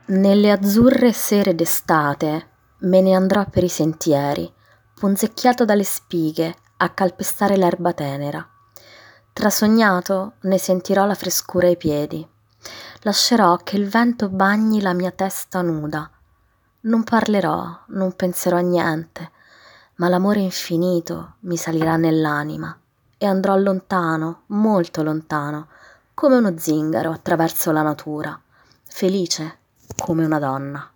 Nelle azzurre sere d'estate me ne andrò per i sentieri, punzecchiato dalle spighe a calpestare l'erba tenera. Trasognato ne sentirò la frescura ai piedi. Lascerò che il vento bagni la mia testa nuda. Non parlerò, non penserò a niente, ma l'amore infinito mi salirà nell'anima e andrò lontano, molto lontano, come uno zingaro attraverso la natura, felice come una donna.